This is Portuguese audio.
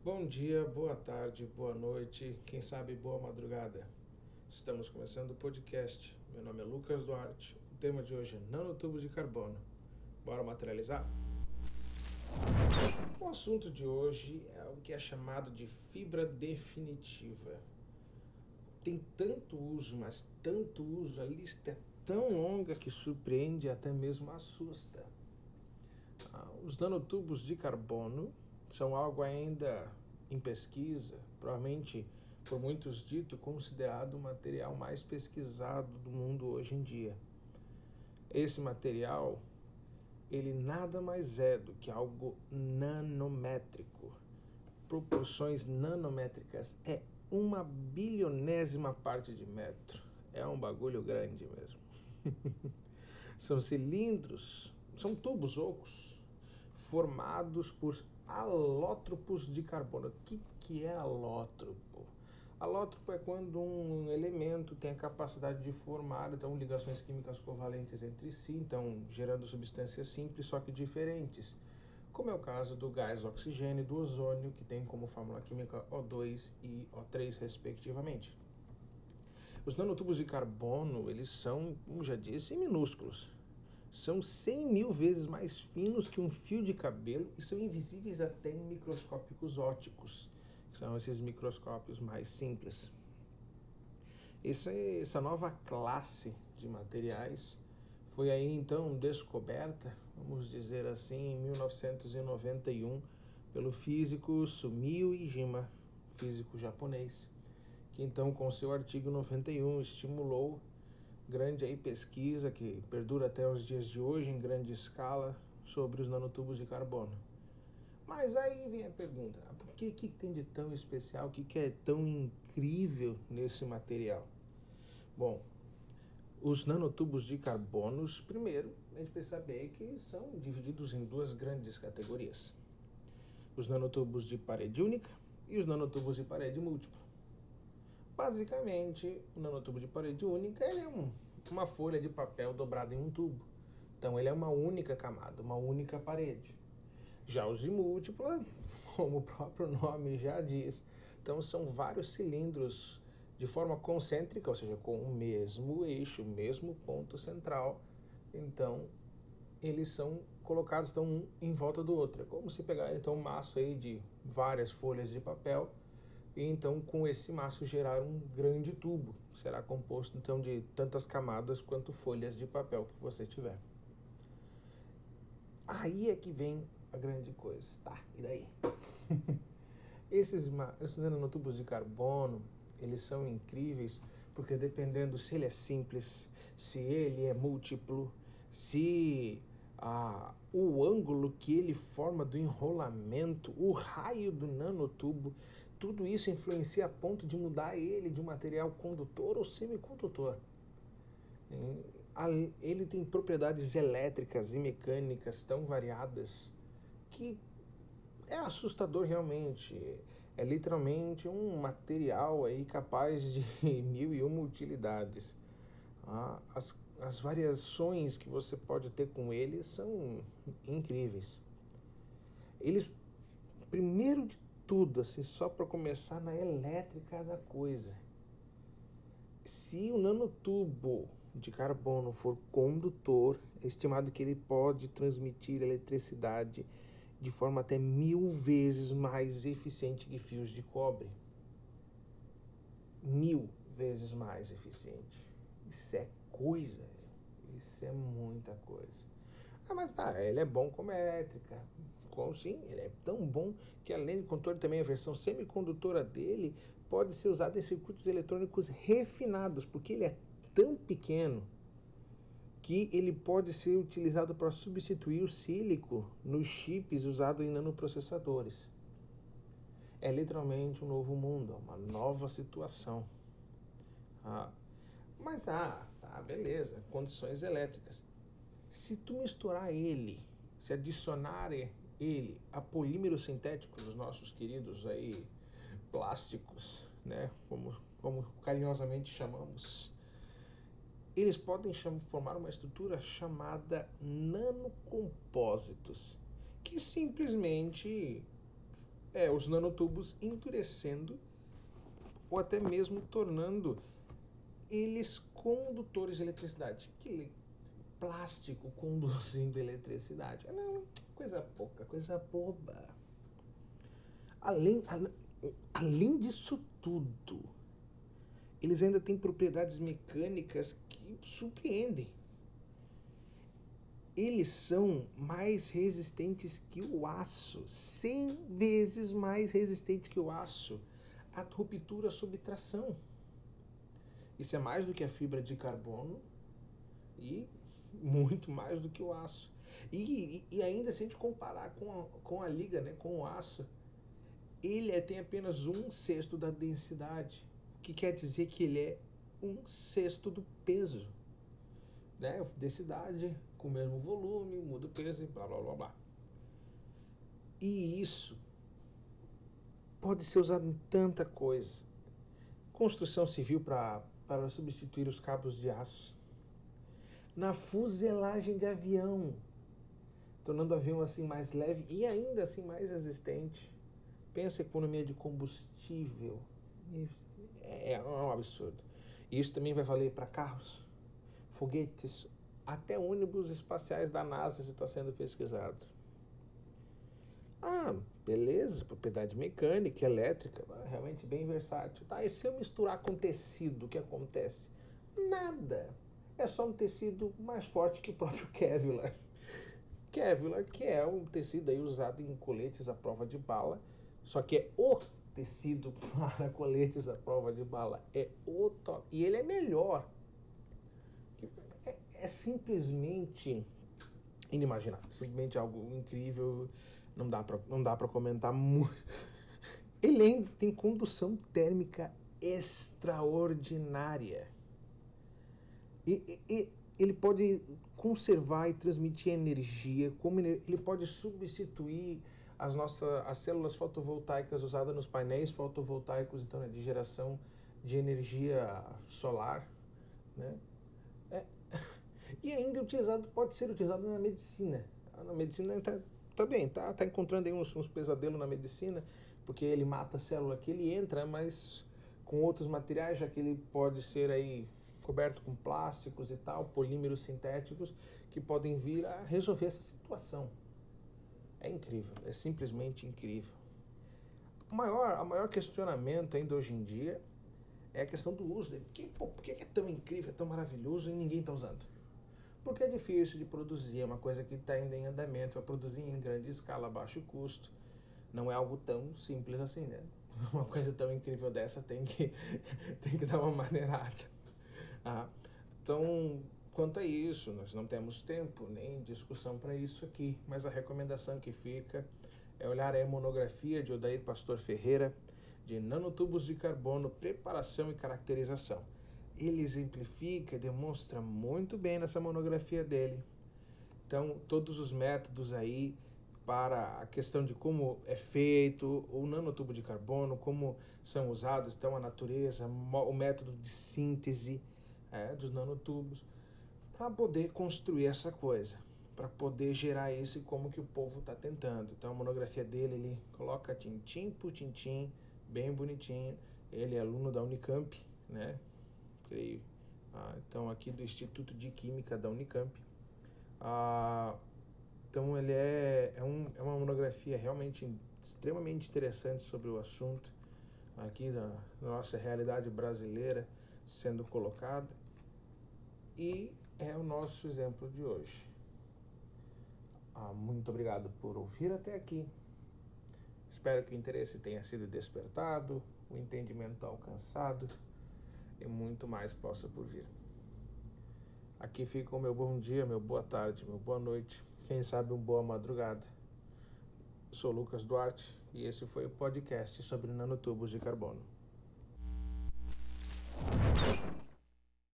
Bom dia, boa tarde, boa noite, quem sabe boa madrugada. Estamos começando o podcast. Meu nome é Lucas Duarte. O tema de hoje é nanotubos de carbono. Bora materializar? O assunto de hoje é o que é chamado de fibra definitiva. Tem tanto uso, mas tanto uso, a lista é tão longa que surpreende e até mesmo assusta. Os nanotubos de carbono são algo ainda em pesquisa, provavelmente por muitos dito considerado o material mais pesquisado do mundo hoje em dia. Esse material, ele nada mais é do que algo nanométrico. Proporções nanométricas é 1/bilionésima parte de metro. É um bagulho grande mesmo. São cilindros, são tubos ocos formados por alótropos de carbono. O que é alótropo? Alótropo é quando um elemento tem a capacidade de formar então, ligações químicas covalentes entre si, então gerando substâncias simples, só que diferentes, como é o caso do gás oxigênio e do ozônio, que tem como fórmula química O2 e O3, respectivamente. Os nanotubos de carbono, eles são, como já disse, minúsculos. São 100 mil vezes mais finos que um fio de cabelo e são invisíveis até em microscópicos ópticos, que são esses microscópios mais simples. Essa nova classe de materiais foi aí então descoberta, vamos dizer assim, em 1991, pelo físico Sumio Iijima, físico japonês, que então com seu artigo 91 estimulou grande aí pesquisa que perdura até os dias de hoje em grande escala sobre os nanotubos de carbono. Mas aí vem a pergunta, por que tem de tão especial, o que é tão incrível nesse material? Bom, os nanotubos de carbono, primeiro, a gente precisa saber que são divididos em duas grandes categorias. Os nanotubos de parede única e os nanotubos de parede múltipla. Basicamente, o nanotubo de parede única é uma folha de papel dobrada em um tubo. Então, ele é uma única camada, uma única parede. Já os de múltipla, como o próprio nome já diz, então são vários cilindros de forma concêntrica, ou seja, com o mesmo eixo, o mesmo ponto central. Então, eles são colocados um em volta do outro. É como se pegar então um maço aí de várias folhas de papel e então com esse maço gerar um grande tubo. Será composto então de tantas camadas quanto folhas de papel que você tiver. Aí é que vem a grande coisa. Tá, e daí? Esses nanotubos de carbono, eles são incríveis porque dependendo se ele é simples, se ele é múltiplo, se o ângulo que ele forma do enrolamento, o raio do nanotubo, tudo isso influencia a ponto de mudar ele de um material condutor ou semicondutor. Ele tem propriedades elétricas e mecânicas tão variadas que é assustador realmente. É literalmente um material aí capaz de 1001 utilidades. As variações que você pode ter com ele são incríveis. Eles, primeiro de tudo, assim, só para começar na elétrica da coisa, se o nanotubo de carbono for condutor, é estimado que ele pode transmitir eletricidade de forma até 1000 vezes mais eficiente que fios de cobre. 1000 vezes mais eficiente. Isso é coisa, isso é muita coisa. Mas tá, ele é bom como elétrica. Sim, ele é tão bom que além de controle também a versão semicondutora dele pode ser usada em circuitos eletrônicos refinados, porque ele é tão pequeno que ele pode ser utilizado para substituir o sílico nos chips usados em nanoprocessadores. É literalmente um novo mundo, uma nova situação. Mas beleza, condições elétricas. Se tu misturar ele, se adicionar ele a polímeros sintéticos, os nossos queridos aí plásticos, né, como carinhosamente chamamos, eles podem formar uma estrutura chamada nanocompósitos, que simplesmente os nanotubos endurecendo ou até mesmo tornando eles condutores de eletricidade. Que plástico conduzindo eletricidade. Não, coisa pouca, coisa boba. Além disso tudo, eles ainda têm propriedades mecânicas que surpreendem. Eles são mais resistentes que o aço, 100 vezes mais resistente que o aço, a ruptura sob tração. Isso é mais do que a fibra de carbono e muito mais do que o aço. E ainda se a gente comparar com a liga, né, com o aço, ele tem apenas 1/6 da densidade, o que quer dizer que ele é 1/6 do peso. Né? Densidade com o mesmo volume, muda o peso e blá blá blá blá. E isso pode ser usado em tanta coisa. Construção civil para substituir os cabos de aço. Na fuselagem de avião, tornando o avião assim mais leve e ainda assim mais resistente. Pensa em economia de combustível. É um absurdo. E isso também vai valer para carros, foguetes, até ônibus espaciais da NASA está sendo pesquisado. Beleza, propriedade mecânica, elétrica, realmente bem versátil. Tá, e se eu misturar com tecido, o que acontece? Nada. É só um tecido mais forte que o próprio Kevlar. Kevlar, que é um tecido aí usado em coletes à prova de bala, só que é o tecido para coletes à prova de bala. É o top. E ele é melhor. É simplesmente inimaginável. Simplesmente algo incrível. Não dá para comentar muito. Ele ainda tem condução térmica extraordinária. E ele pode conservar e transmitir energia, como ele pode substituir as células fotovoltaicas usadas nos painéis fotovoltaicos, então, né, de geração de energia solar, né? E ainda pode ser utilizado na medicina. Na medicina tá encontrando aí uns pesadelos na medicina, porque ele mata a célula que ele entra, mas com outros materiais, já que ele pode ser aí coberto com plásticos e tal, polímeros sintéticos, que podem vir a resolver essa situação. É incrível, é simplesmente incrível. O maior questionamento ainda hoje em dia é a questão do uso dele. Por que é tão incrível, é tão maravilhoso e ninguém está usando? Porque é difícil de produzir, é uma coisa que está ainda em andamento, vai produzir em grande escala, a baixo custo. Não é algo tão simples assim, né? Uma coisa tão incrível dessa tem que dar uma maneirada. Então, quanto a isso, nós não temos tempo nem discussão para isso aqui, mas a recomendação que fica é olhar a monografia de Odair Pastor Ferreira, de nanotubos de carbono, preparação e caracterização. Ele exemplifica e demonstra muito bem nessa monografia dele. Então, todos os métodos aí para a questão de como é feito o nanotubo de carbono, como são usados, então a natureza, o método de síntese dos nanotubos, para poder construir essa coisa, para poder gerar isso e como que o povo está tentando. Então a monografia dele, ele coloca tintim por tintim, bem bonitinho. Ele é aluno da Unicamp, né? Creio. Então aqui do Instituto de Química da Unicamp. Então ele é uma monografia realmente extremamente interessante sobre o assunto aqui da nossa realidade brasileira sendo colocada, e é o nosso exemplo de hoje. Muito obrigado por ouvir até aqui. Espero que o interesse tenha sido despertado, o entendimento alcançado e muito mais possa por vir. Aqui fica o meu bom dia, meu boa tarde, meu boa noite, quem sabe uma boa madrugada. Sou Lucas Duarte e esse foi o podcast sobre nanotubos de carbono.